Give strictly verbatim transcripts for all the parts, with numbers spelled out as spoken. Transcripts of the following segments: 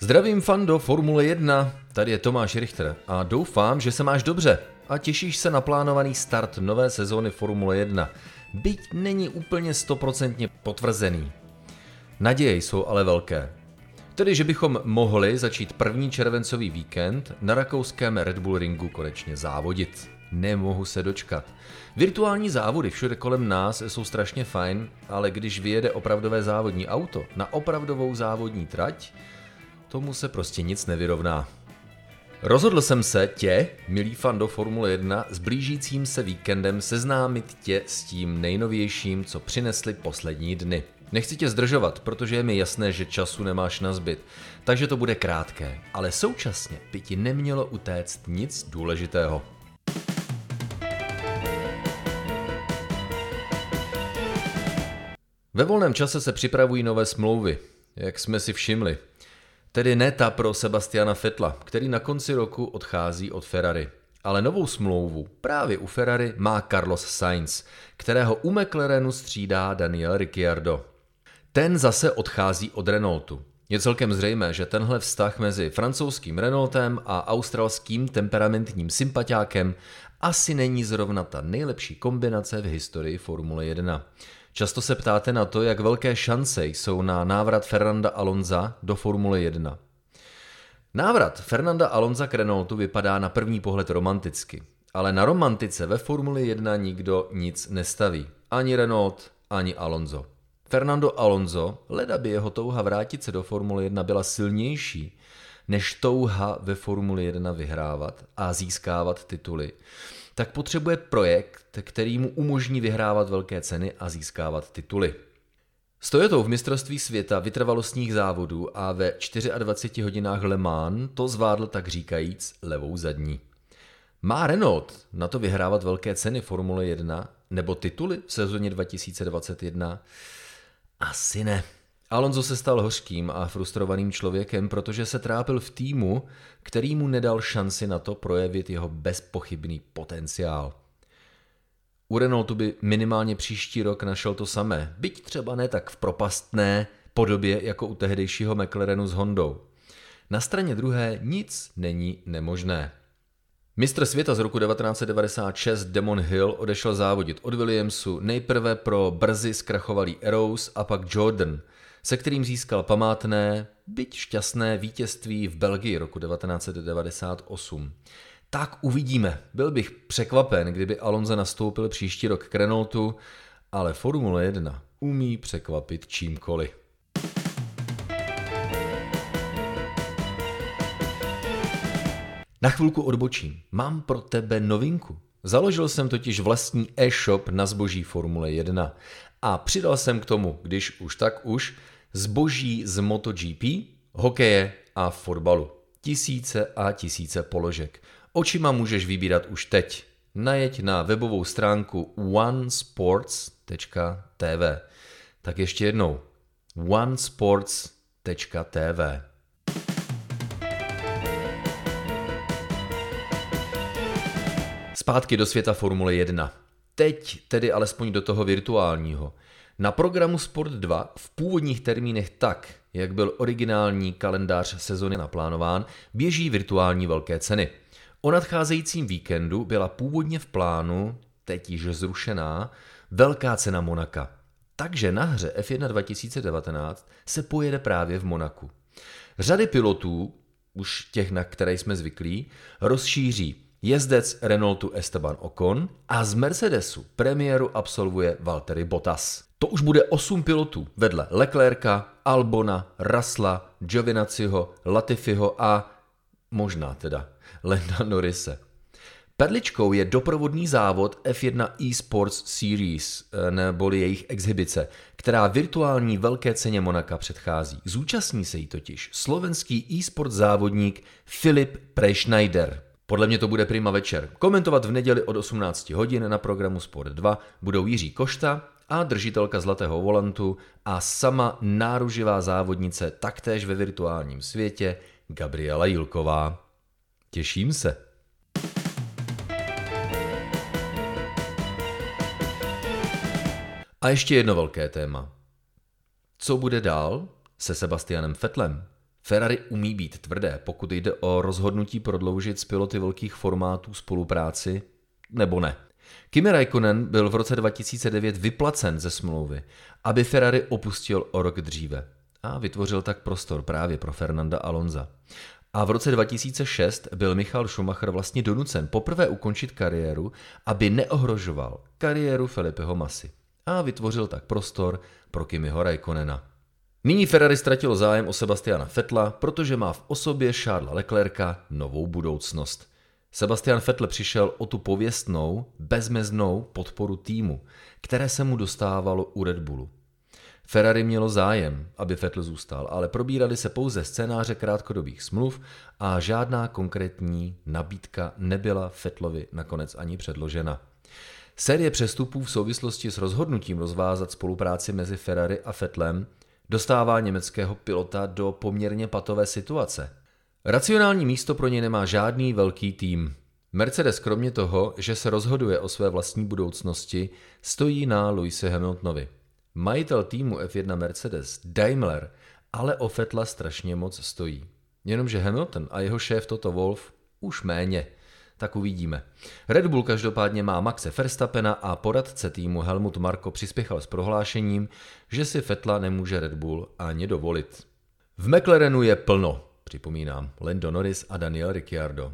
Zdravím fando Formule jedna, tady je Tomáš Richter a doufám, že se máš dobře a těšíš se na plánovaný start nové sezóny Formule jedna, byť není úplně stoprocentně potvrzený. Naděje jsou ale velké. Tedy, že bychom mohli začít první červencový víkend na rakouském Red Bull Ringu konečně závodit. Nemohu se dočkat. Virtuální závody všude kolem nás jsou strašně fajn, ale když vyjede opravdové závodní auto na opravdovou závodní trať, tomu se prostě nic nevyrovná. Rozhodl jsem se tě, milý fando Formule jedna, s blížícím se víkendem seznámit tě s tím nejnovějším, co přinesly poslední dny. Nechci tě zdržovat, protože je mi jasné, že času nemáš na zbyt, takže to bude krátké, ale současně by ti nemělo utéct nic důležitého. Ve volném čase se připravují nové smlouvy, jak jsme si všimli. Tedy ne ta pro Sebastiana Vettela, který na konci roku odchází od Ferrari. Ale novou smlouvu právě u Ferrari má Carlos Sainz, kterého u McLarenu střídá Daniel Ricciardo. Ten zase odchází od Renaultu. Je celkem zřejmé, že tenhle vztah mezi francouzským Renaultem a australským temperamentním sympatiákem asi není zrovna ta nejlepší kombinace v historii Formule jedna. Často se ptáte na to, jak velké šance jsou na návrat Fernanda Alonsa do Formule jedna. Návrat Fernanda Alonsa k Renaultu vypadá na první pohled romanticky, ale na romantice ve Formuli jedna nikdo nic nestaví. Ani Renault, ani Alonso. Fernando Alonso, leda by jeho touha vrátit se do Formule jedna byla silnější, než touha ve Formuli jedna vyhrávat a získávat tituly, tak potřebuje projekt, který mu umožní vyhrávat velké ceny a získávat tituly. S Toyotou v mistrovství světa vytrvalostních závodů a ve dvaceti čtyřech hodinách Le Mans to zvládl tak říkajíc levou zadní. Má Renault na to vyhrávat velké ceny Formule jedna nebo tituly v sezóně dva tisíce dvacet jedna? Asi ne. Alonso se stal hořkým a frustrovaným člověkem, protože se trápil v týmu, který mu nedal šanci na to projevit jeho bezpochybný potenciál. U Renaultu by minimálně příští rok našel to samé, byť třeba ne tak v propastné podobě jako u tehdejšího McLarenu s Hondou. Na straně druhé nic není nemožné. Mistr světa z roku devatenáct set devadesát šest Damon Hill odešel závodit od Williamsu nejprve pro brzy zkrachovalý Arrows a pak Jordan, se kterým získal památné, byť šťastné vítězství v Belgii roku devatenáct set devadesát osm. Tak uvidíme, byl bych překvapen, kdyby Alonso nastoupil příští rok k Renaultu, ale Formule jedna umí překvapit čímkoliv. Na chvilku odbočím, mám pro tebe novinku. Založil jsem totiž vlastní e-shop na zboží Formule jedna a přidal jsem k tomu, když už tak už, zboží z MotoGP, hokeje a fotbalu. Tisíce a tisíce položek. Očima můžeš vybírat už teď. Najeď na webovou stránku one sports tečka t v. Tak ještě jednou. one sports tečka t v. Zpátky do světa Formule jedna. Teď tedy alespoň do toho virtuálního. Na programu Sport dva v původních termínech tak, jak byl originální kalendář sezony naplánován, běží virtuální velké ceny. O nadcházejícím víkendu byla původně v plánu, teď již zrušená, velká cena Monaka. Takže na hře F jedna dva tisíce devatenáct se pojede právě v Monaku. Řady pilotů, už těch, na které jsme zvyklí, rozšíří jezdec Renaultu Esteban Ocon a z Mercedesu premiéru absolvuje Valtteri Bottas. To už bude osm pilotů vedle Leclerca, Albona, Russella, Giovinazziho, Latifiho a možná teda Landa Norrise. Perličkou je doprovodný závod F jedna eSports Series, neboli jejich exhibice, která virtuální velké ceně Monaka předchází. Zúčastní se jí totiž slovenský eSports závodník Filip Preschneider. Podle mě to bude prima večer. Komentovat v neděli od osmnáct hodin na programu Sport dva budou Jiří Košta a držitelka zlatého volantu a sama náruživá závodnice taktéž ve virtuálním světě Gabriela Jilková. Těším se. A ještě jedno velké téma. Co bude dál se Sebastianem Vettelem? Ferrari umí být tvrdé, pokud jde o rozhodnutí prodloužit s piloty velkých formátů spolupráci, nebo ne. Kimi Räikkönen byl v roce dva tisíce devět vyplacen ze smlouvy, aby Ferrari opustil o rok dříve a vytvořil tak prostor právě pro Fernanda Alonsa. A v roce dva tisíce šest byl Michael Schumacher vlastně donucen poprvé ukončit kariéru, aby neohrožoval kariéru Felipeho Massy a vytvořil tak prostor pro Kimiho Räikkönena. Nyní Ferrari ztratilo zájem o Sebastiana Vettela, protože má v osobě Charlesa Leclerca novou budoucnost. Sebastian Vettel přišel o tu pověstnou, bezmeznou podporu týmu, které se mu dostávalo u Red Bullu. Ferrari mělo zájem, aby Vettel zůstal, ale probíraly se pouze scénáře krátkodobých smluv a žádná konkrétní nabídka nebyla Vettelovi nakonec ani předložena. Série přestupů v souvislosti s rozhodnutím rozvázat spolupráci mezi Ferrari a Vettelem dostává německého pilota do poměrně patové situace. Racionální místo pro něj nemá žádný velký tým. Mercedes kromě toho, že se rozhoduje o své vlastní budoucnosti, stojí na Lewisi Hamiltonovi. Majitel týmu F jedna Mercedes, Daimler, ale o Vettela strašně moc stojí. Jenomže Hamilton a jeho šéf Toto Wolff už méně. Tak uvidíme. Red Bull každopádně má Maxe Verstappena a poradce týmu Helmut Marko přispěchal s prohlášením, že si Vettela nemůže Red Bull ani dovolit. V McLarenu je plno, připomínám, Lando Norris a Daniel Ricciardo.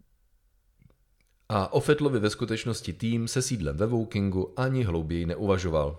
A o Vettelovi ve skutečnosti tým se sídlem ve Wokingu ani hlouběji neuvažoval.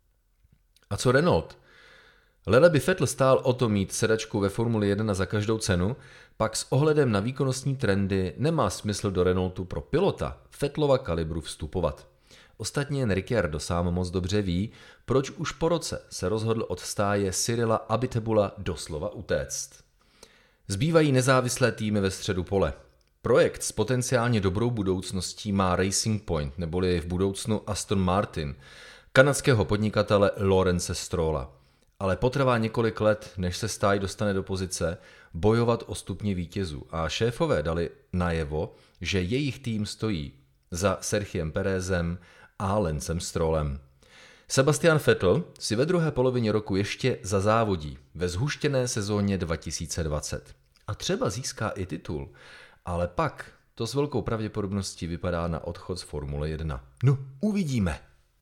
A co Renault? Lele by Vettel stál o to mít sedačku ve Formuli jedna za každou cenu, pak s ohledem na výkonnostní trendy nemá smysl do Renaultu pro pilota Vettelova kalibru vstupovat. Ostatně jen Ricciardo sám moc dobře ví, proč už po roce se rozhodl od stáje Cyrila Abiteboula doslova utéct. Zbývají nezávislé týmy ve středu pole. Projekt s potenciálně dobrou budoucností má Racing Point, neboli v budoucnu Aston Martin, kanadského podnikatele Lawrence Strolla. Ale potrvá několik let, než se stáj dostane do pozice bojovat o stupně vítězů a šéfové dali najevo, že jejich tým stojí za Sergiem Pérezem a Lencem Strollem. Sebastian Vettel si ve druhé polovině roku ještě zazávodí ve zhuštěné sezóně dva tisíce dvacet. A třeba získá i titul, ale pak to s velkou pravděpodobností vypadá na odchod z Formule jedna. No, uvidíme.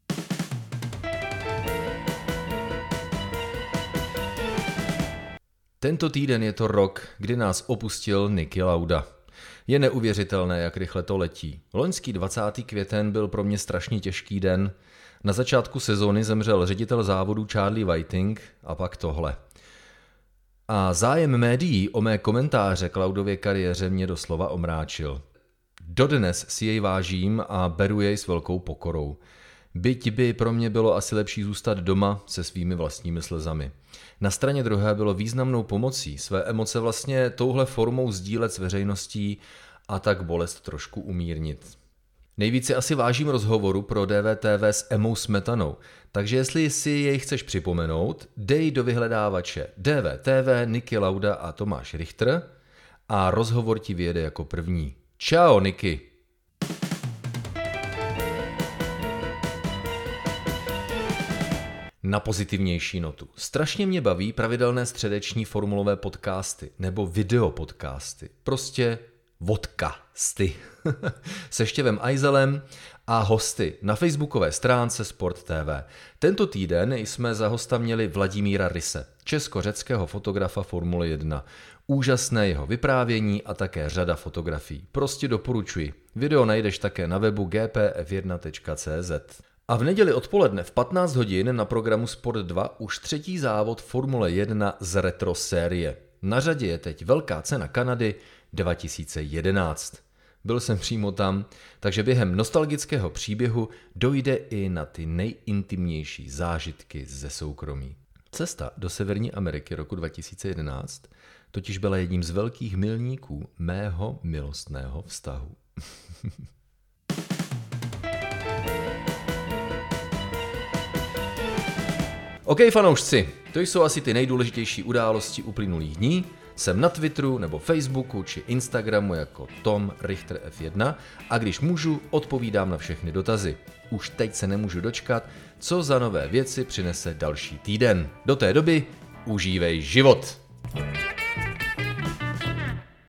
Tento týden je to rok, kdy nás opustil Niki Lauda. Je neuvěřitelné, jak rychle to letí. Loňský dvacátý květen byl pro mě strašně těžký den. Na začátku sezóny zemřel ředitel závodu Charlie Whiting a pak tohle. A zájem médií o mé komentáře k Laudově kariéře mě doslova omráčil. Dodnes si jej vážím a beru jej s velkou pokorou. Byť by pro mě bylo asi lepší zůstat doma se svými vlastními slzami. Na straně druhé bylo významnou pomocí své emoce vlastně touhle formou sdílet s veřejností a tak bolest trošku umírnit. Nejvíce asi vážím rozhovoru pro D V T V s Emou Smetanou, takže jestli si jej chceš připomenout, dej do vyhledávače D V T V, Niki Lauda a Tomáš Richter a rozhovor ti vyjede jako první. Čau, Niki! Na pozitivnější notu. Strašně mě baví pravidelné středeční formulové podcasty nebo videopodcasty. Prostě vodkasty. Se Štěvem Ajzelem a hosty na facebookové stránce Sport T V. Tento týden jsme za hosta měli Vladimíra Ryse, česko-řeckého fotografa Formule jedna. Úžasné jeho vyprávění a také řada fotografií. Prostě doporučuji. Video najdeš také na webu g p f jedna tečka c z. A v neděli odpoledne v patnáct hodin na programu Sport dva už třetí závod Formule jedna z retro série. Na řadě je teď Velká cena Kanady dva tisíce jedenáct. Byl jsem přímo tam, takže během nostalgického příběhu dojde i na ty nejintimnější zážitky ze soukromí. Cesta do Severní Ameriky roku dva tisíce jedenáct totiž byla jedním z velkých milníků mého milostného vztahu. OK, fanoušci, to jsou asi ty nejdůležitější události uplynulých dní. Jsem na Twitteru nebo Facebooku či Instagramu jako Tom Richter F jedna a když můžu, odpovídám na všechny dotazy. Už teď se nemůžu dočkat, co za nové věci přinese další týden. Do té doby užívej život!